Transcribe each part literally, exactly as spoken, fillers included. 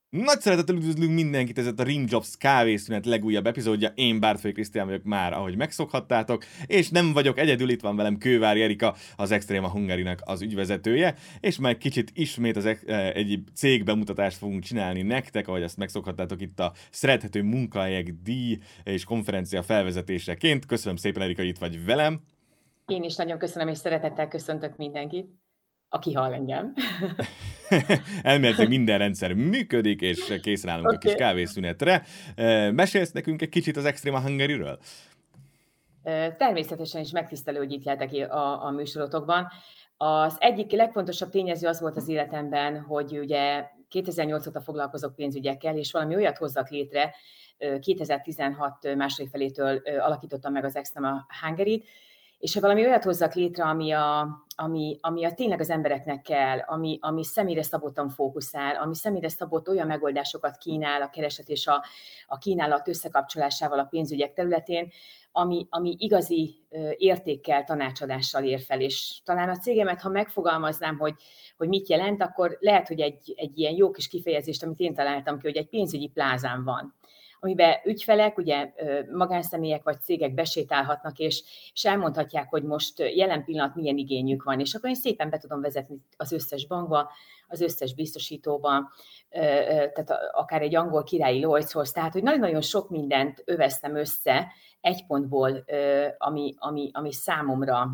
Nagy szeretettel üdvözlünk mindenkit, ez a Rimjobs kávészünet legújabb epizódja. Én Bártfai Krisztián vagyok már, ahogy megszokhattátok, és nem vagyok egyedül, itt van velem Kővári Erika, az Extrema Hungarinak az ügyvezetője, és már kicsit ismét az egy cég bemutatást fogunk csinálni nektek, ahogy ezt megszokhattátok itt a Szerethető Munkahelyek díj és konferencia felvezetéseként. Köszönöm szépen, Erika, hogy itt vagy velem. Én is nagyon köszönöm, és szeretettel köszöntök mindenkit, aki hall engem. Elméletileg minden rendszer működik, és készen állunk okay. a kis kávészünetre. Mesélsz nekünk egy kicsit az Extrema Hungary-ről? Természetesen is megtisztelő, hogy itt lehetek a, a műsorotokban. Az egyik legfontosabb tényező az volt az életemben, hogy ugye kétezer-nyolc óta foglalkozok pénzügyekkel, és valami olyat hozzak létre, kétezer-tizenhat második felétől alakítottam meg az Extrema Hungary-t, és ha valami olyat hozzak létre, ami, a, ami, ami a tényleg az embereknek kell, ami, ami személyre szabottan fókuszál, ami személyre szabott olyan megoldásokat kínál a kereslet és a, a kínálat összekapcsolásával a pénzügyek területén, ami, ami igazi értékkel, tanácsadással ér fel. És talán a cégemet, ha megfogalmaznám, hogy, hogy mit jelent, akkor lehet, hogy egy, egy ilyen jó kis kifejezést, amit én találtam ki, hogy egy pénzügyi plázán van, amiben ügyfelek, ugye magánszemélyek vagy cégek besétálhatnak, és, és elmondhatják, hogy most jelen pillanat milyen igényük van, és akkor én szépen be tudom vezetni az összes bankba, az összes biztosítóba, tehát akár egy angol királyi Lloydshoz, tehát hogy nagyon-nagyon sok mindent öveztem össze egy pontból, ami, ami, ami számomra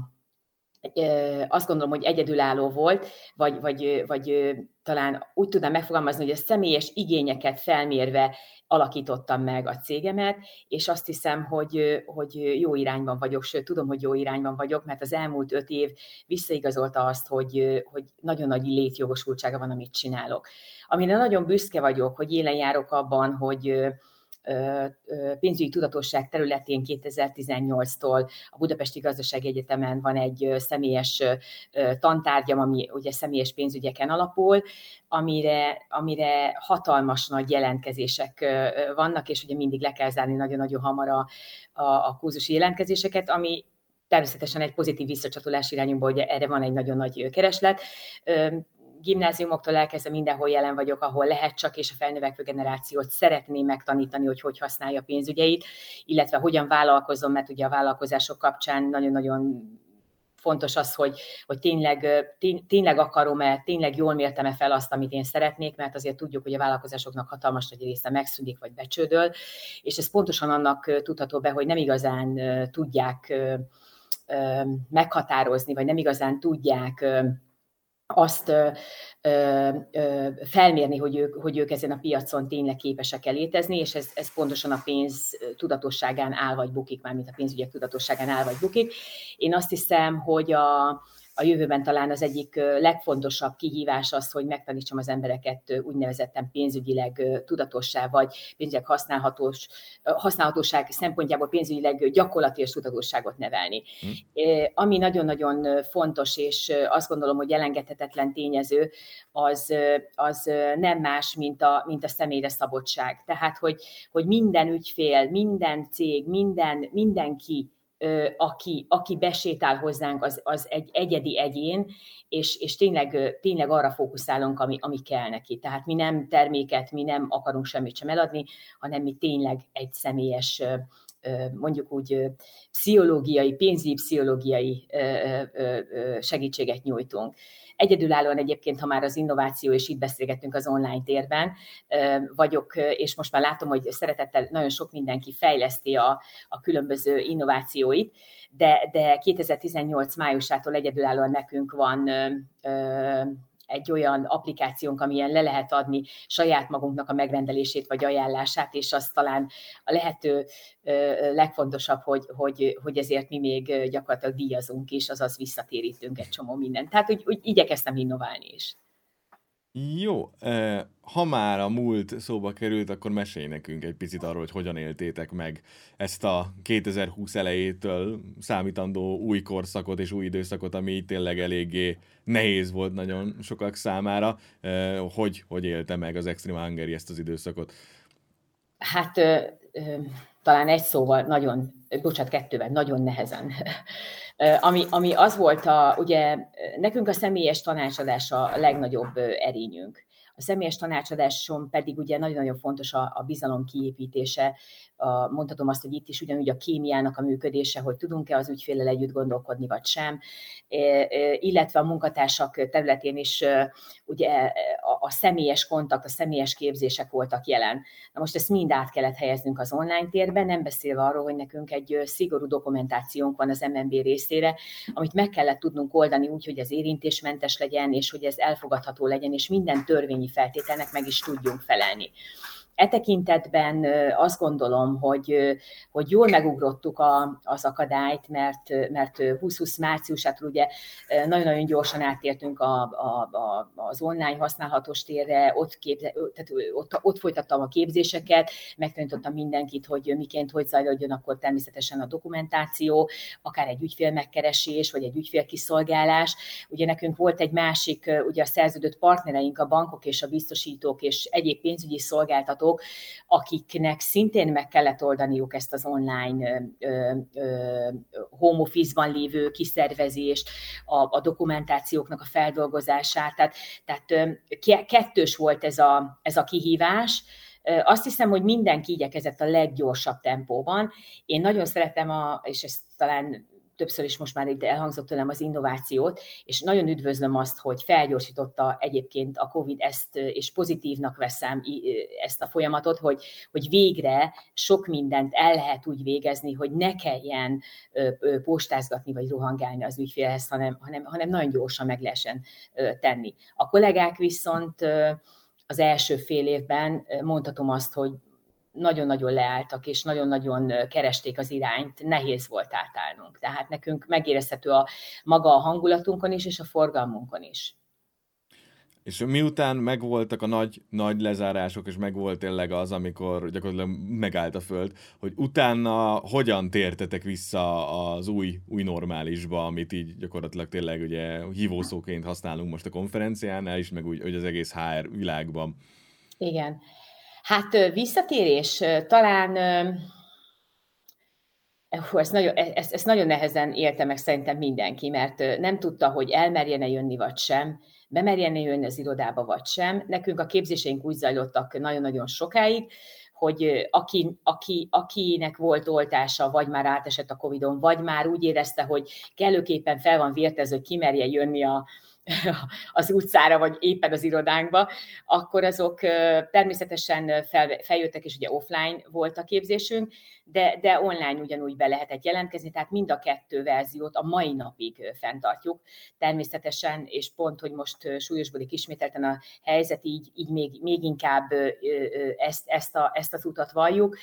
azt gondolom, hogy egyedülálló volt, vagy, vagy, vagy talán úgy tudnám megfogalmazni, hogy a személyes igényeket felmérve alakítottam meg a cégemet, és azt hiszem, hogy, hogy jó irányban vagyok, sőt, tudom, hogy jó irányban vagyok, mert az elmúlt öt év visszaigazolta azt, hogy, hogy nagyon nagy létjogosultsága van, amit csinálok. Amire nagyon büszke vagyok, hogy élen járok abban, hogy pénzügyi tudatosság területén kétezer-tizennyolctól a Budapesti Gazdasági Egyetemen van egy személyes tantárgyam, ami ugye személyes pénzügyeken alapul, amire, amire hatalmas nagy jelentkezések vannak, és ugye mindig le kell zárni nagyon-nagyon hamar a, a, a kurzusi jelentkezéseket, ami természetesen egy pozitív visszacsatolás irányunkból, hogy erre van egy nagyon nagy kereslet. Gimnáziumoktól elkezdve mindenhol jelen vagyok, ahol lehet csak, és a felnövekvő generációt szeretném megtanítani, hogy hogy használja a pénzügyeit, illetve hogyan vállalkozzon, mert ugye a vállalkozások kapcsán nagyon-nagyon fontos az, hogy, hogy tényleg, tényleg akarom-e, tényleg jól mértem-e fel azt, amit én szeretnék, mert azért tudjuk, hogy a vállalkozásoknak hatalmas nagy része megszűnik, vagy becsődöl, és ez pontosan annak tudható be, hogy nem igazán tudják meghatározni, vagy nem igazán tudják azt ö, ö, ö, felmérni, hogy ők, hogy ők ezen a piacon tényleg képesek-e létezni, és ez, ez pontosan a pénz tudatosságán áll vagy bukik, mármint a pénzügyek tudatosságán áll vagy bukik. Én azt hiszem, hogy a, a jövőben talán az egyik legfontosabb kihívás az, hogy megtanítsam az embereket úgynevezetten pénzügyileg tudatossá, vagy pénzügyileg használhatós, használhatóság szempontjából pénzügyileg gyakorlatilag tudatosságot nevelni. Hmm. Ami nagyon-nagyon fontos, és azt gondolom, hogy elengedhetetlen tényező, az, az nem más, mint a, mint a személyre szabottság. Tehát, hogy, hogy minden ügyfél, minden cég, minden, mindenki, Aki, aki besétál hozzánk, az, az egy egyedi egyén, és, és tényleg, tényleg arra fókuszálunk, ami, ami kell neki. Tehát mi nem terméket, mi nem akarunk semmit sem eladni, hanem mi tényleg egy személyes, mondjuk úgy pszichológiai, pénzügyi pszichológiai segítséget nyújtunk. Egyedülállóan egyébként, ha már az innováció, és itt beszélgettünk az online térben, vagyok, és most már látom, hogy szeretettel nagyon sok mindenki fejleszti a, a különböző innovációit, de, de kétezer-tizennyolc májusától egyedülállóan nekünk van egy olyan applikációnk, amilyen le lehet adni saját magunknak a megrendelését vagy ajánlását, és az talán a lehető legfontosabb, hogy, hogy, hogy ezért mi még gyakorlatilag díjazunk is, azaz visszatérítünk egy csomó mindent. Tehát úgy, úgy igyekeztem innoválni is. Jó, ha már a múlt szóba került, akkor mesélj nekünk egy picit arról, hogy hogyan éltétek meg ezt a kétezer-húsz elejétől számítandó új korszakot és új időszakot, ami tényleg eléggé nehéz volt nagyon sokak számára. Hogy, hogy élte meg az Extrema Hungary ezt az időszakot? Hát talán egy szóval nagyon, bocsánat, kettővel, nagyon nehezen. Ami, ami az volt, a, ugye nekünk a személyes tanácsadás a legnagyobb erényünk. A személyes tanácsadáson pedig ugye nagyon-nagyon fontos a, a bizalom kiépítése. A, mondhatom azt, hogy itt is ugyanúgy a kémiának a működése, hogy tudunk-e az ügyféllel együtt gondolkodni, vagy sem, illetve a munkatársak területén is ugye a, a személyes kontakt, a személyes képzések voltak jelen. Na most ezt mind át kellett helyeznünk az online térbe, nem beszélve arról, hogy nekünk egy szigorú dokumentációnk van az em en bé részére, amit meg kellett tudnunk oldani úgy, hogy ez érintésmentes legyen, és hogy ez elfogadható legyen, és minden törvényi feltételnek meg is tudjunk felelni. E tekintetben azt gondolom, hogy, hogy jól megugrottuk a, az akadályt, mert, mert húsz-húsz márciusától ugye nagyon-nagyon gyorsan átértünk a, a, a, az online használhatós térre, ott, képze, tehát ott, ott folytattam a képzéseket, megtanítottam mindenkit, hogy miként, hogy zajlódjon akkor természetesen a dokumentáció, akár egy ügyfél megkeresés, vagy egy ügyfélkiszolgálás. Ugye nekünk volt egy másik, ugye a szerződött partnereink, a bankok és a biztosítók és egyéb pénzügyi szolgáltatók, akiknek szintén meg kellett oldaniuk ezt az online ö, ö, home office-ban lévő kiszervezést, a, a dokumentációknak a feldolgozását. Tehát, tehát ö, kettős volt ez a, ez a kihívás. Azt hiszem, hogy mindenki igyekezett a leggyorsabb tempóban. Én nagyon szeretem, a, és ezt talán többször is most már itt elhangzott tőlem az innovációt, és nagyon üdvözlöm azt, hogy felgyorsította egyébként a Covid ezt, és pozitívnak veszem ezt a folyamatot, hogy, hogy végre sok mindent el lehet úgy végezni, hogy ne kelljen postázgatni vagy rohangálni az ügyfélhez, hanem, hanem, hanem nagyon gyorsan meg lehessen tenni. A kollégák viszont az első fél évben mondhatom azt, hogy nagyon-nagyon leálltak, és nagyon-nagyon keresték az irányt, nehéz volt átállnunk. Tehát nekünk megérezhető a maga a hangulatunkon is, és a forgalmunkon is. És miután megvoltak a nagy, nagy lezárások, és megvolt tényleg az, amikor gyakorlatilag megállt a föld, hogy utána hogyan tértetek vissza az új, új normálisba, amit így gyakorlatilag tényleg ugye hívószóként használunk most a konferenciánál is, meg úgy, hogy az egész há er világban. Igen. Hát visszatérés, talán hú, ezt, nagyon, ezt, ezt nagyon nehezen élte meg szerintem mindenki, mert nem tudta, hogy elmerjene jönni vagy sem, bemerjene jönni az irodába vagy sem. Nekünk a képzéseink úgy zajlottak nagyon-nagyon sokáig, hogy aki, aki, akinek volt oltása, vagy már átesett a Covidon, vagy már úgy érezte, hogy kellőképpen fel van vértezve, hogy kimerje jönni a az utcára, vagy éppen az irodánkba, akkor azok természetesen fel, feljöttek, és ugye offline volt a képzésünk, de, de online ugyanúgy be lehetett jelentkezni, tehát mind a kettő verziót a mai napig fenntartjuk. Természetesen, és pont, hogy most súlyosbodik ismételten a helyzet, így, így még, még inkább ezt, ezt, a, ezt az utat valljuk.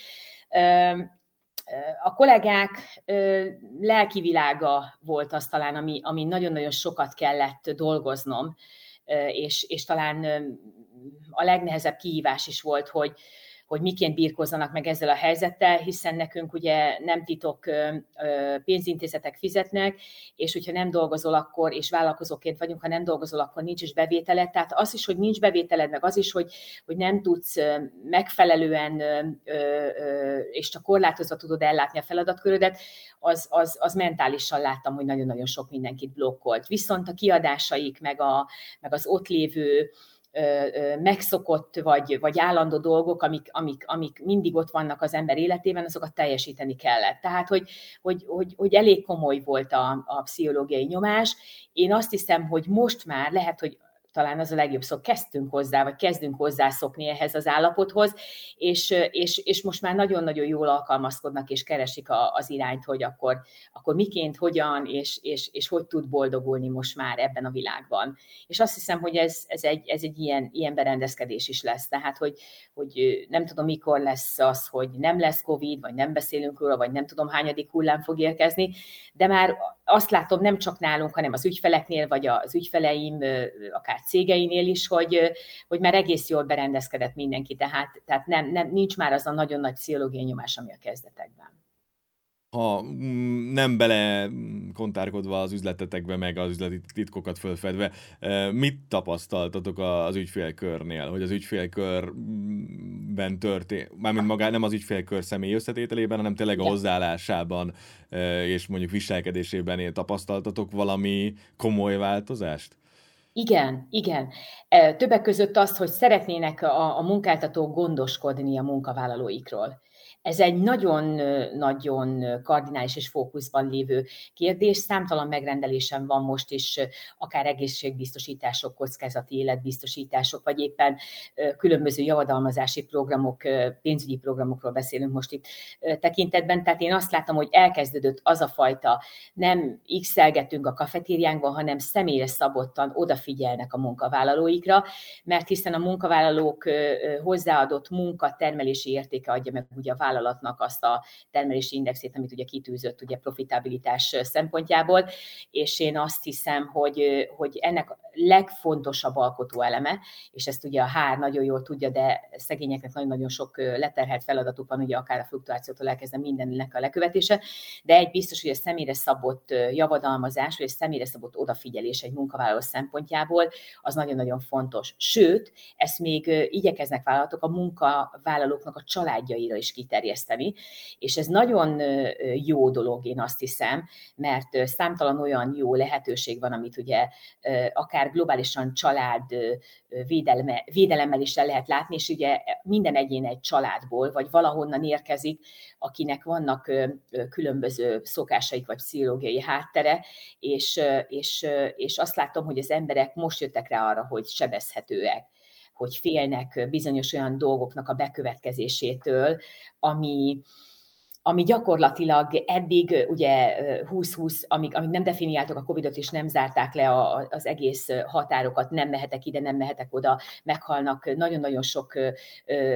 A kollégák lelki világa volt az talán, ami, ami nagyon-nagyon sokat kellett dolgoznom, és, és talán a legnehezebb kihívás is volt, hogy, hogy miként birkózzanak meg ezzel a helyzettel, hiszen nekünk ugye nem titok, pénzintézetek fizetnek, és hogyha nem dolgozol akkor, és vállalkozóként vagyunk, ha nem dolgozol, akkor nincs is bevételed. Tehát az is, hogy nincs bevételed, meg az is, hogy, hogy nem tudsz megfelelően, és csak korlátozva tudod ellátni a feladatkörödet, az, az, az mentálisan láttam, hogy nagyon-nagyon sok mindenkit blokkolt. Viszont a kiadásaik, meg, a, meg az ott lévő megszokott vagy, vagy állandó dolgok, amik, amik, amik mindig ott vannak az ember életében, azokat teljesíteni kellett. Tehát, hogy, hogy, hogy, hogy elég komoly volt a, a pszichológiai nyomás. Én azt hiszem, hogy most már lehet, hogy talán az a legjobb szó, kezdtünk hozzá, vagy kezdünk hozzászokni ehhez az állapothoz, és, és, és most már nagyon-nagyon jól alkalmazkodnak, és keresik a, az irányt, hogy akkor, akkor miként, hogyan, és, és, és hogy tud boldogulni most már ebben a világban. És azt hiszem, hogy ez, ez egy, ez egy ilyen, ilyen berendezkedés is lesz. Tehát, hogy, hogy nem tudom, mikor lesz az, hogy nem lesz Covid, vagy nem beszélünk róla, vagy nem tudom, hányadik hullám fog érkezni, de már azt látom nem csak nálunk, hanem az ügyfeleknél, vagy az ügyfeleim, akár cégeinél is, hogy, hogy már egész jól berendezkedett mindenki, tehát, tehát nem, nem, nincs már az a nagyon nagy pszichológiai nyomás, ami a kezdetekben. Ha nem bele kontárkodva az üzletetekbe, meg az üzleti titkokat fölfedve, mit tapasztaltatok az ügyfélkörnél? Hogy az ügyfélkörben történt, mármint magá nem az ügyfélkör személyi összetételében, hanem tényleg a hozzáállásában és mondjuk viselkedésében tapasztaltatok valami komoly változást? Igen, igen. Többek között az, hogy szeretnének a, a munkáltatók gondoskodni a munkavállalóikról. Ez egy nagyon-nagyon kardinális és fókuszban lévő kérdés. Számtalan megrendelésem van most is, akár egészségbiztosítások, kockázati életbiztosítások, vagy éppen különböző javadalmazási programok, pénzügyi programokról beszélünk most itt tekintetben. Tehát én azt látom, hogy elkezdődött az a fajta, nem x-elgetünk a kafetériánkban, hanem személyre szabottan odafigyelnek a munkavállalóikra, mert hiszen a munkavállalók hozzáadott munkatermelési értéke adja meg ugye a vállalatnak azt a termelési indexét, amit ugye kitűzött ugye profitabilitás szempontjából, és én azt hiszem, hogy, hogy ennek legfontosabb alkotó eleme, és ezt ugye a há er nagyon jól tudja, de szegényeknek nagyon-nagyon sok leterhelt feladatuk van, ugye akár a fluktuációtól elkezdve mindennek a lekövetése, de egy biztos, hogy a személyre szabott javadalmazás, vagy a személyre szabott odafigyelés egy munkavállaló szempontjából, az nagyon-nagyon fontos. Sőt, ezt még igyekeznek vállalatok a munkavállalóknak a családjaira is kiterjeszteni, és ez nagyon jó dolog, én azt hiszem, mert számtalan olyan jó lehetőség van, amit ugye akár globálisan család védelme, védelemmel is el lehet látni, és ugye minden egyén egy családból, vagy valahonnan érkezik, akinek vannak különböző szokásaik, vagy pszichológiai háttere, és, és, és azt látom, hogy az emberek most jöttek rá arra, hogy sebezhetőek, hogy félnek bizonyos olyan dolgoknak a bekövetkezésétől, ami, ami gyakorlatilag eddig ugye húsz húsz, amíg, amíg nem definiáltak a Covidot és nem zárták le a, az egész határokat, nem mehetek ide, nem mehetek oda, meghalnak nagyon-nagyon sok ö, ö,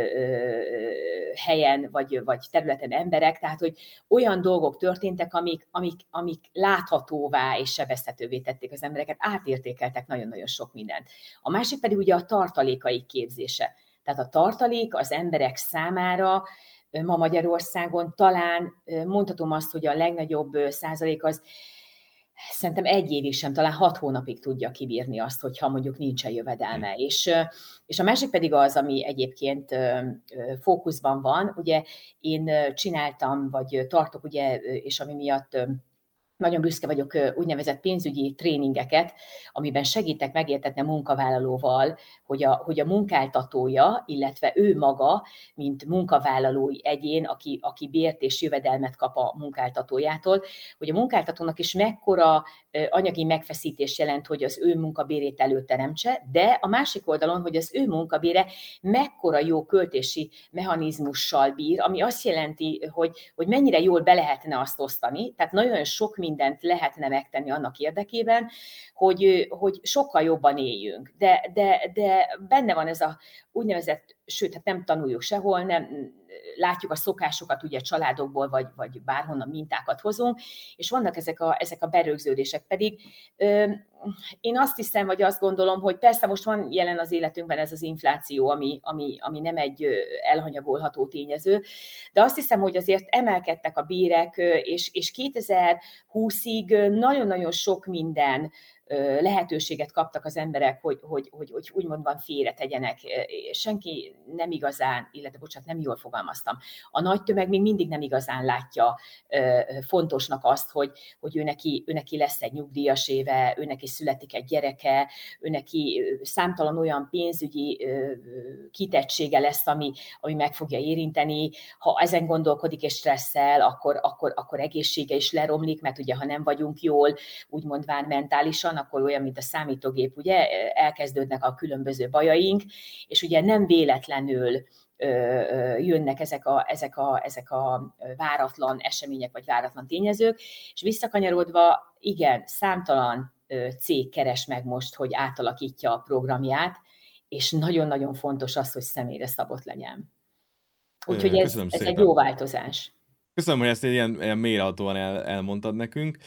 helyen vagy, vagy területen emberek, tehát hogy olyan dolgok történtek, amik, amik, amik láthatóvá és sebezhetővé tették az embereket, átértékeltek nagyon-nagyon sok mindent. A másik pedig ugye a tartalékaik képzése. Tehát a tartalék az emberek számára ma Magyarországon talán mondhatom azt, hogy a legnagyobb százalék az szerintem egy évig sem, talán hat hónapig tudja kibírni azt, hogyha mondjuk nincsen jövedelme. Hmm. És, és a másik pedig az, ami egyébként fókuszban van, ugye én csináltam, vagy tartok, ugye, és ami miatt nagyon büszke vagyok úgynevezett pénzügyi tréningeket, amiben segítek megértetni a munkavállalóval, hogy a, hogy a munkáltatója, illetve ő maga, mint munkavállalói egyén, aki, aki bért és jövedelmet kap a munkáltatójától, hogy a munkáltatónak is mekkora anyagi megfeszítés jelent, hogy az ő munkabérét előteremtse, de a másik oldalon, hogy az ő munkabére mekkora jó költési mechanizmussal bír, ami azt jelenti, hogy, hogy mennyire jól be lehetne azt osztani, tehát nagyon sok mindent lehetne megtenni annak érdekében, hogy, hogy sokkal jobban éljünk. De, de, de benne van ez a úgynevezett, sőt, hát nem tanuljuk sehol, nem látjuk a szokásokat ugye családokból, vagy, vagy bárhonnan mintákat hozunk, és vannak ezek a, ezek a berögződések. Pedig ö, én azt hiszem, vagy azt gondolom, hogy persze most van jelen az életünkben ez az infláció, ami, ami, ami nem egy elhanyagolható tényező, de azt hiszem, hogy azért emelkedtek a bérek, és, és kétezer-húszig nagyon-nagyon sok minden lehetőséget kaptak az emberek, hogy, hogy, hogy, hogy úgymond van félretegyenek. Senki nem igazán, illetve bocsánat, nem jól fogalmaztam. A nagy tömeg még mindig nem igazán látja fontosnak azt, hogy, hogy ő neki, ő neki lesz egy nyugdíjas éve, ő neki születik egy gyereke, ő neki számtalan olyan pénzügyi kitettsége lesz, ami, ami meg fogja érinteni. Ha ezen gondolkodik és stresszel, akkor, akkor, akkor egészsége is leromlik, mert ugye ha nem vagyunk jól, úgymondván mentálisan, akkor olyan, mint a számítógép, ugye, elkezdődnek a különböző bajaink, és ugye nem véletlenül ö, ö, jönnek ezek a, ezek, a, ezek a váratlan események, vagy váratlan tényezők, és visszakanyarodva, igen, számtalan ö, cég keres meg most, hogy átalakítja a programját, és nagyon-nagyon fontos az, hogy személyre szabott legyen. Úgyhogy ez, ez egy jó változás. Köszönöm, hogy ezt ilyen, ilyen mélyrehatóan el, elmondtad nekünk.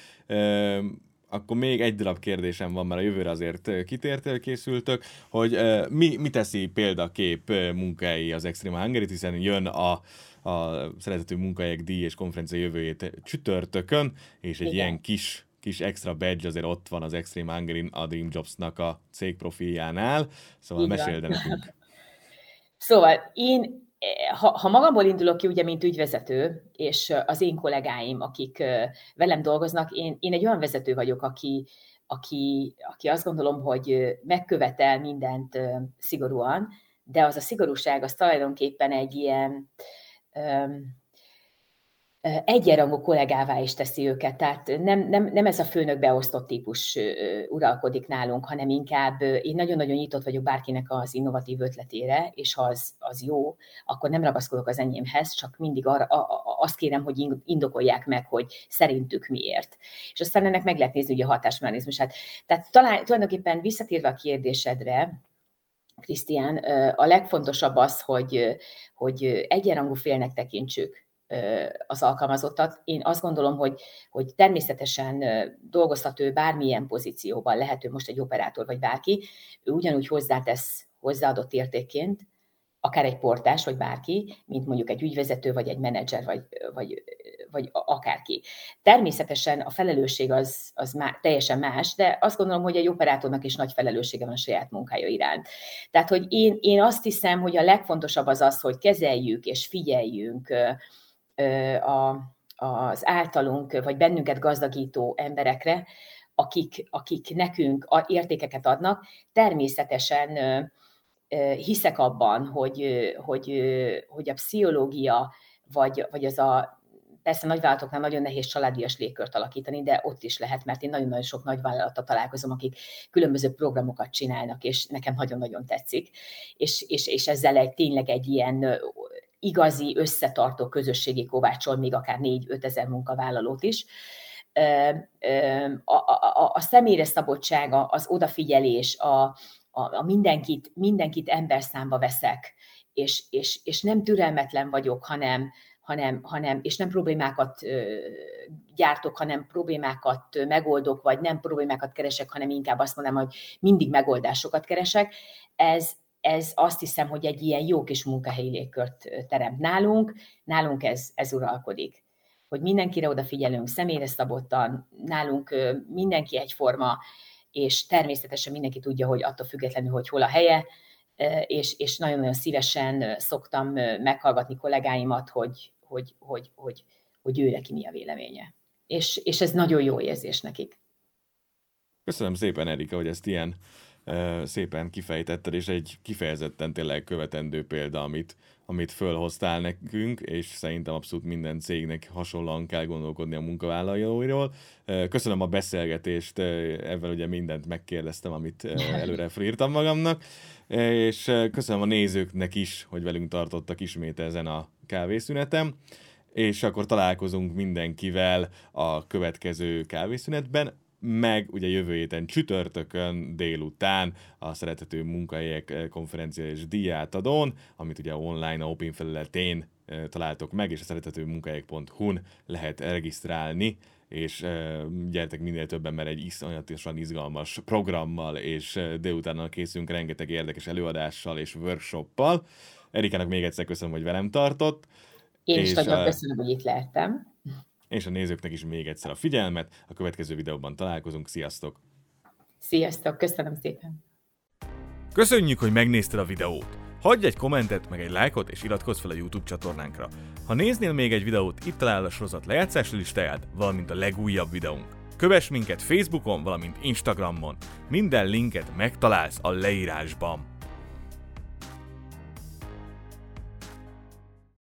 Akkor még egy darab kérdésem van, mert a jövőre azért kitértél, készültök, hogy uh, mi, mi teszi példakép munkái az Extrema Hungary-t, hiszen jön a, a Szeretető Munkahelyek díj és konferencia jövőjét csütörtökön, és egy Igen. ilyen kis, kis extra badge azért ott van az Extrema Hungary-n a Dream Jobs-nak a cég profiljánál, szóval Igen. meséld nekünk. Szóval én Ha, ha magamból indulok ki, ugye, mint ügyvezető, és az én kollégáim, akik velem dolgoznak, én, én egy olyan vezető vagyok, aki, aki, aki azt gondolom, hogy megkövetel mindent szigorúan, de az a szigorúság az tulajdonképpen egy ilyen um, egyenrangú kollégává is teszi őket. Tehát nem, nem, nem ez a főnök beosztott típus uralkodik nálunk, hanem inkább én nagyon-nagyon nyitott vagyok bárkinek az innovatív ötletére, és ha az, az jó, akkor nem ragaszkodok az enyémhez, csak mindig arra, a, a, azt kérem, hogy indokolják meg, hogy szerintük miért. És aztán ennek meg lehet nézni ugye a hatásmechanizmusát. Tehát talán, tulajdonképpen visszatérve a kérdésedre, Krisztián, a legfontosabb az, hogy, hogy egyenrangú félnek tekintsük az alkalmazottat. Én azt gondolom, hogy, hogy természetesen dolgozhat ő bármilyen pozícióban, lehet ő most egy operátor vagy bárki, ő ugyanúgy hozzátesz hozzáadott értékként, akár egy portás, vagy bárki, mint mondjuk egy ügyvezető, vagy egy menedzser, vagy, vagy, vagy akárki. Természetesen a felelősség az, az má, teljesen más, de azt gondolom, hogy egy operátornak is nagy felelőssége van a saját munkája iránt. Tehát, hogy én, én azt hiszem, hogy a legfontosabb az az, hogy kezeljük és figyeljünk a, az általunk, vagy bennünket gazdagító emberekre, akik, akik nekünk értékeket adnak. Természetesen hiszek abban, hogy, hogy, hogy a pszichológia, vagy, vagy az a, persze nagyvállalatoknál nagyon nehéz családias légkört alakítani, de ott is lehet, mert én nagyon-nagyon sok nagyvállalattal találkozom, akik különböző programokat csinálnak, és nekem nagyon-nagyon tetszik. És, és, és ezzel egy, tényleg egy ilyen igazi, összetartó közösségi kovácsol, még akár négy-öt ezer munkavállalót is. A, a, a személyre szabottsága, az odafigyelés, a, a, a mindenkit, mindenkit emberszámba veszek, és, és, és nem türelmetlen vagyok, hanem, hanem, hanem, és nem problémákat gyártok, hanem problémákat megoldok, vagy nem problémákat keresek, hanem inkább azt mondom, hogy mindig megoldásokat keresek. Ez, ez azt hiszem, hogy egy ilyen jó kis munkahelyi légkört teremt nálunk, nálunk ez, ez uralkodik. Hogy mindenkire odafigyelünk, személyre szabottan, nálunk mindenki egyforma, és természetesen mindenki tudja, hogy attól függetlenül, hogy hol a helye, és, és nagyon-nagyon szívesen szoktam meghallgatni kollégáimat, hogy, hogy, hogy, hogy, hogy ő neki mi a véleménye. És, és ez nagyon jó érzés nekik. Köszönöm szépen, Erika, hogy ezt ilyen uh, szépen kifejtetted, és egy kifejezetten tényleg követendő példa, amit, amit fölhoztál nekünk, és szerintem abszolút minden cégnek hasonlóan kell gondolkodni a munkavállalóiról. Köszönöm a beszélgetést, ebben ugye mindent megkérdeztem, amit előre felírtam magamnak, és köszönöm a nézőknek is, hogy velünk tartottak ismét ezen a kávészünetem, és akkor találkozunk mindenkivel a következő kávészünetben, meg ugye jövő héten csütörtökön délután a Szerethető Munkahelyek konferencia és díjátadón, amit ugye online a Opin felületén találtok meg, és a szerethető munkahelyek pont hu-n lehet regisztrálni, és gyertek minél többen, mert egy iszonyatosan izgalmas programmal, és délutánnal készülünk rengeteg érdekes előadással és workshoppal. Erikának még egyszer köszönöm, hogy velem tartott. Én is nagyon köszönöm, hogy itt lehettem. És a nézőknek is még egyszer a figyelmet. A következő videóban találkozunk. Sziasztok! Sziasztok! Köszönöm szépen! Köszönjük, hogy megnézted a videót! Hagyj egy kommentet, meg egy lájkot, és iratkozz fel a YouTube csatornánkra. Ha néznél még egy videót, itt találod a sorozat lejátszási listáját, valamint a legújabb videónk. Kövess minket Facebookon, valamint Instagramon. Minden linket megtalálsz a leírásban.